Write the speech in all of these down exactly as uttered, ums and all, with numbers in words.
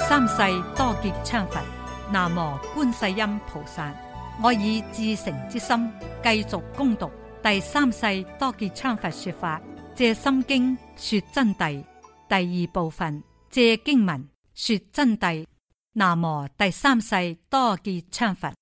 三世多杰羌佛，南無觀世音菩薩。我以至誠之心繼續攻讀第三世多杰羌佛說法《藉心經》說真諦第二部分，藉經文說真諦。南無第三世多杰羌佛。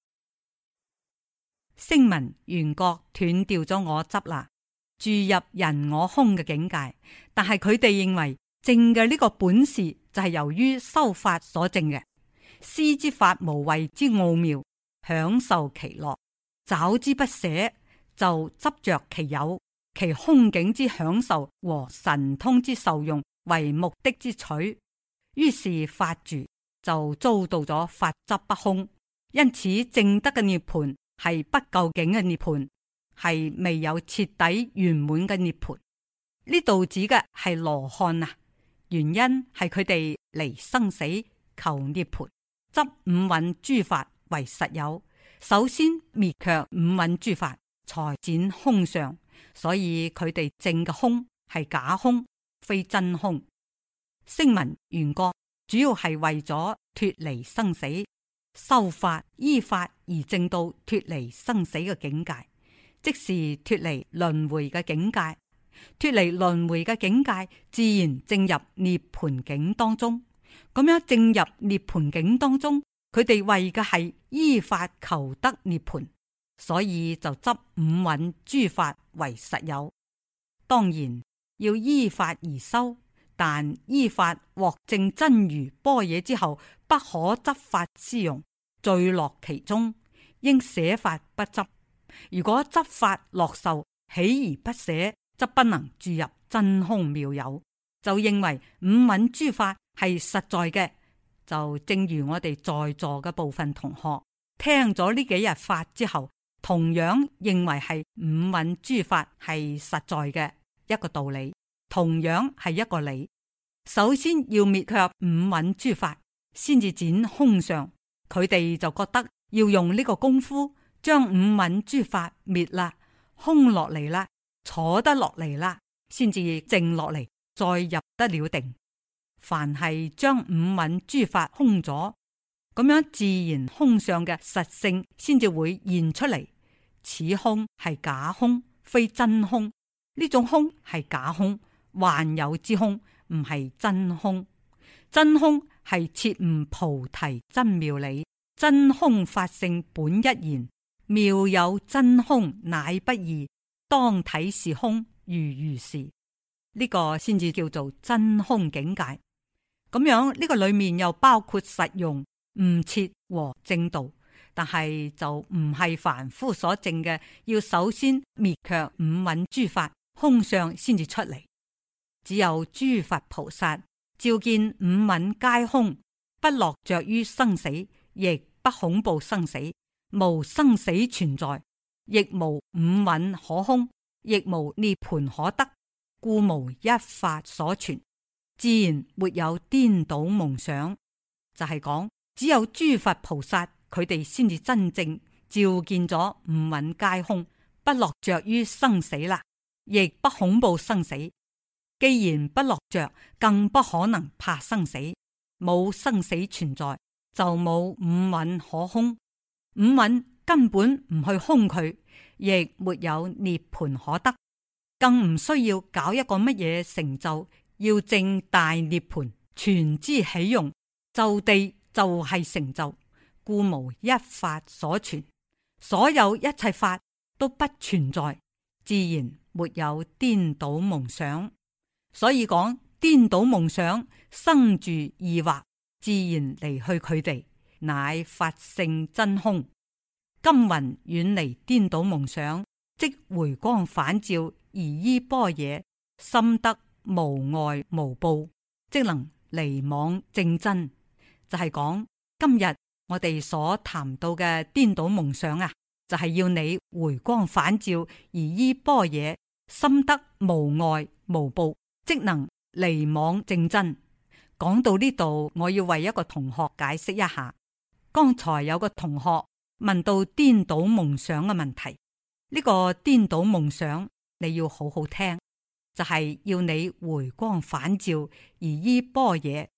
聲聞緣覺斷掉咗我執啦，住入人我空嘅境界。但係佢哋認為證嘅呢個本事就係由於修法所證嘅，思之法無畏之奧妙，享受其樂，找之不捨，就執着其有，其空境之享受和神通之受用為目的之取。於是法住就遭到咗法執不空，因此證得嘅涅槃係不究竟嘅涅槃，係未有徹底圓滿嘅涅槃。呢度指嘅係羅漢啊，原因係佢哋離生死求涅槃，執五蘊諸法為實有，首先滅卻五蘊諸法，才展空相，所以佢哋證嘅空係假空，非真空。聲聞緣覺主要係為咗脫離生死，修法依法而證到脫離生死嘅境界，即是脫離輪迴嘅境界。脫離輪迴嘅境界，自然正入涅槃境當中。咁樣正入涅槃境當中，佢哋為嘅係依法求得涅槃，所以就執五蘊諸法為實有。當然要依法而修，但依法獲證真如般若之後，不可執法施用，墜落其中，應捨法不執。如果執法樂受，喜而不捨，則不能注入真空妙有，就認為五蘊諸法係實在嘅。就正如我哋在座嘅部分同學聽咗呢幾日法之後，同樣認為係五蘊諸法係實在嘅一個道理，同樣係一個理。首先要滅卻五蘊諸法，先至展空相。佢哋就覺得要用呢個功夫將五蘊諸法滅啦，空落嚟啦，坐得落嚟啦，先至靜落嚟，再入得了定。凡係將五蘊諸法空咗，咁樣自然空相嘅實性先至會現出嚟。此空係假空，非真空。呢種空係假空，幻有之空，唔係真空。真空係徹悟菩提真妙理，真空法性本一言，妙有真空乃不異。當體是空，如如是，呢、這個先至叫做真空境界。咁樣呢、這個裏面又包括實用、悟徹和正道，但係就唔係凡夫所證嘅，要首先滅卻五蘊諸法空相先至出嚟。只有諸佛菩薩照見五蘊皆空，不落着於生死，亦不恐怖生死，無生死存在，亦無五蘊可空，亦無涅槃可得，故無一法所存，自然沒有顛倒夢想。就係、是、講只有諸佛菩薩佢哋先至真正照見咗五蘊皆空，不落着於生死啦，亦不恐怖生死。既然不落着，更不可能怕生死，冇生死存在，就冇五蘊可空，五蘊根本唔去空佢，亦沒有涅槃可得，更唔需要搞一個乜嘢成就，要證大涅槃，全知起用，就地就係成就，故無一法所存，所有一切法都不存在，自然沒有顛倒夢想。所以講顛倒夢想生住疑惑，自然離去佢哋，乃法性真空。金雲遠離顛倒夢想，即回光返照而依般若，心得無礙無報，即能離妄正真。就係、是、講今日我哋所談到嘅顛倒夢想啊，就係、是、要你回光返照而依般若，心得無礙無報，即能離妄正真。講到呢度，我要為一個同學解釋一下。剛才有個同學問到顛倒夢想嘅問題，呢、這個顛倒夢想你要好好聽，就係、是、要你回光返照而依般若，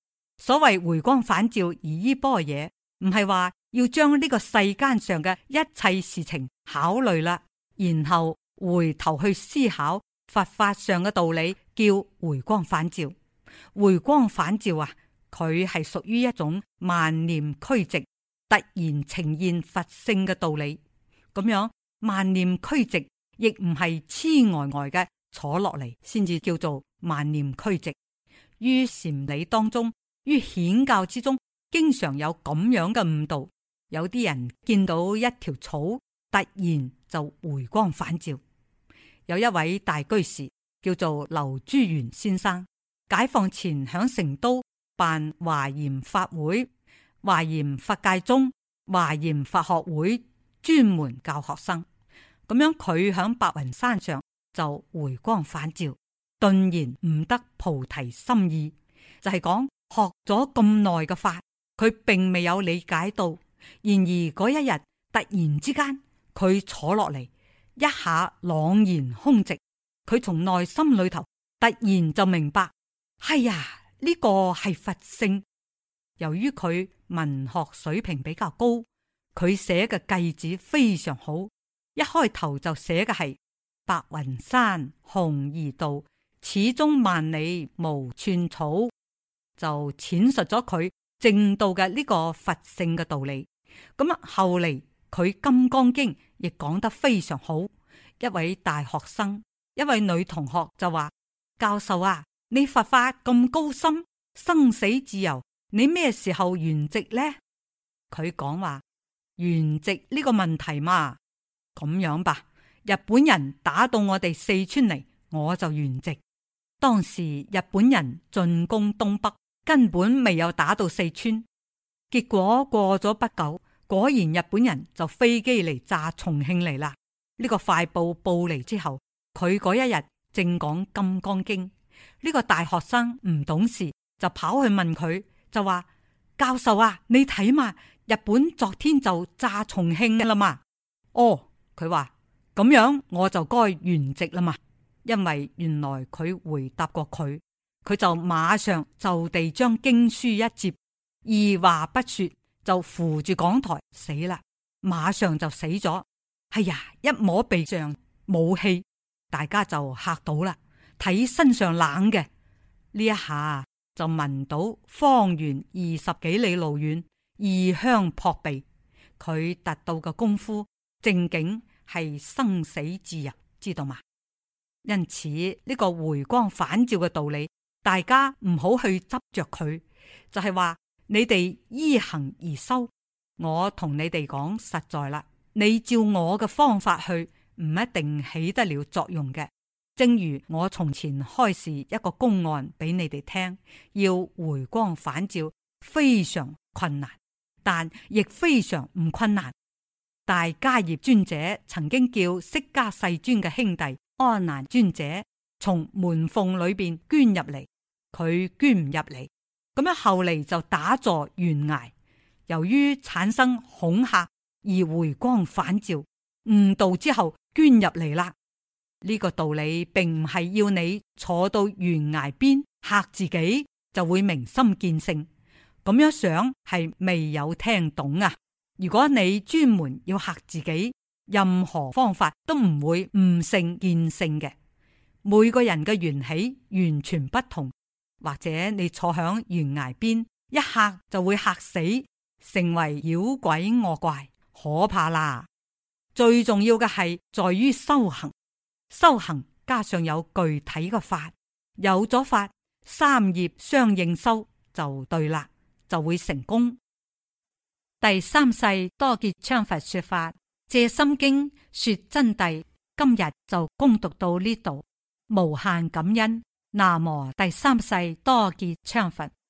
所謂回光返照而依般若，唔係話要將呢個世間上嘅一切事情考慮啦，然後回頭去思考佛法上嘅道理，叫回光返照。回光返照啊，佢係屬於一種萬念俱寂，突然呈現佛性嘅道理。咁樣萬念俱寂，亦唔係痴呆呆嘅坐落嚟先至叫做萬念俱寂。於禪理當中，於顯教之中，經常有咁樣嘅誤導。有啲人見到一條草，突然就回光返照。有一位大居士叫做劉珠元先生，解放前響成都辦華嚴法會，華嚴法界中華嚴法學會專門教學生。咁樣佢響白雲山上就回光返照，頓然悟得菩提心意，就係講學咗咁耐嘅法，佢並未有理解到。然而嗰一日突然之間，佢坐落嚟，一下朗然空寂，佢從內心裏頭突然就明白，係呀，呢個係佛性。由於佢文學水平比較高，佢寫嘅句子非常好，一開頭就寫嘅係白雲山紅宜道，始終萬里無寸草，就闡述咗佢正道嘅呢個佛性嘅道理。咁啊，後嚟佢《金剛經》亦講得非常好。一位大學生，一位女同學就話：教授啊，你佛法咁高深，生死自由，你咩時候圓寂呢？佢講話圓寂呢個問題嘛，咁樣吧，日本人打到我哋四川嚟，我就圓寂。當時日本人進攻東北，根本未有打到四川。結果過咗不久，果然日本人就飛機嚟炸重慶嚟啦。呢個快報報嚟之後，佢嗰一日正講《金剛經》，呢個大學生唔懂事，就跑去問佢，就話：教授啊，你睇嘛，日本昨天就炸重慶啦嘛。哦，佢話咁樣我就該圓寂啦嘛，因為原來佢回答過佢，佢就馬上就地將經書一接，二話不說就扶住講台死啦，馬上就死咗。哎呀，一摸鼻上冇氣，大家就嚇到啦，睇身上冷嘅，呢一下就聞到方圓二十幾里路遠異香撲鼻。佢達到嘅功夫正經係生死自由，知道嗎？因此呢個回光返照嘅道理，大家唔好去執着佢，就係話你哋依行而修。我同你哋講實在啦，你照我嘅方法去，唔一定起得了作用嘅。正如我從前開示一個公案俾你哋聽，要回光返照非常困難，但亦非常唔困難。大迦葉尊者曾經叫釋迦世尊嘅兄弟阿難尊者從門縫裏邊捐入嚟，佢捐唔入嚟，咁樣後嚟就打坐懸崖，由於產生恐嚇而回光返照，悟道之後捐入嚟啦。呢個道理並唔係要你坐到懸崖邊嚇自己就會明心見性，咁樣想係未有聽懂啊！如果你專門要嚇自己，任何方法都唔會悟性見性嘅。每個人嘅緣起完全不同，或者你坐響懸崖邊一嚇就會嚇死，成為妖鬼惡怪，可怕啦！最重要嘅係在於修行，修行加上有具體嘅法，有咗法，三業相應修就對啦，就會成功。第三世多杰羌佛說法，藉心經說真諦，今日就恭讀到呢度，無限感恩。南無第三世多杰羌佛。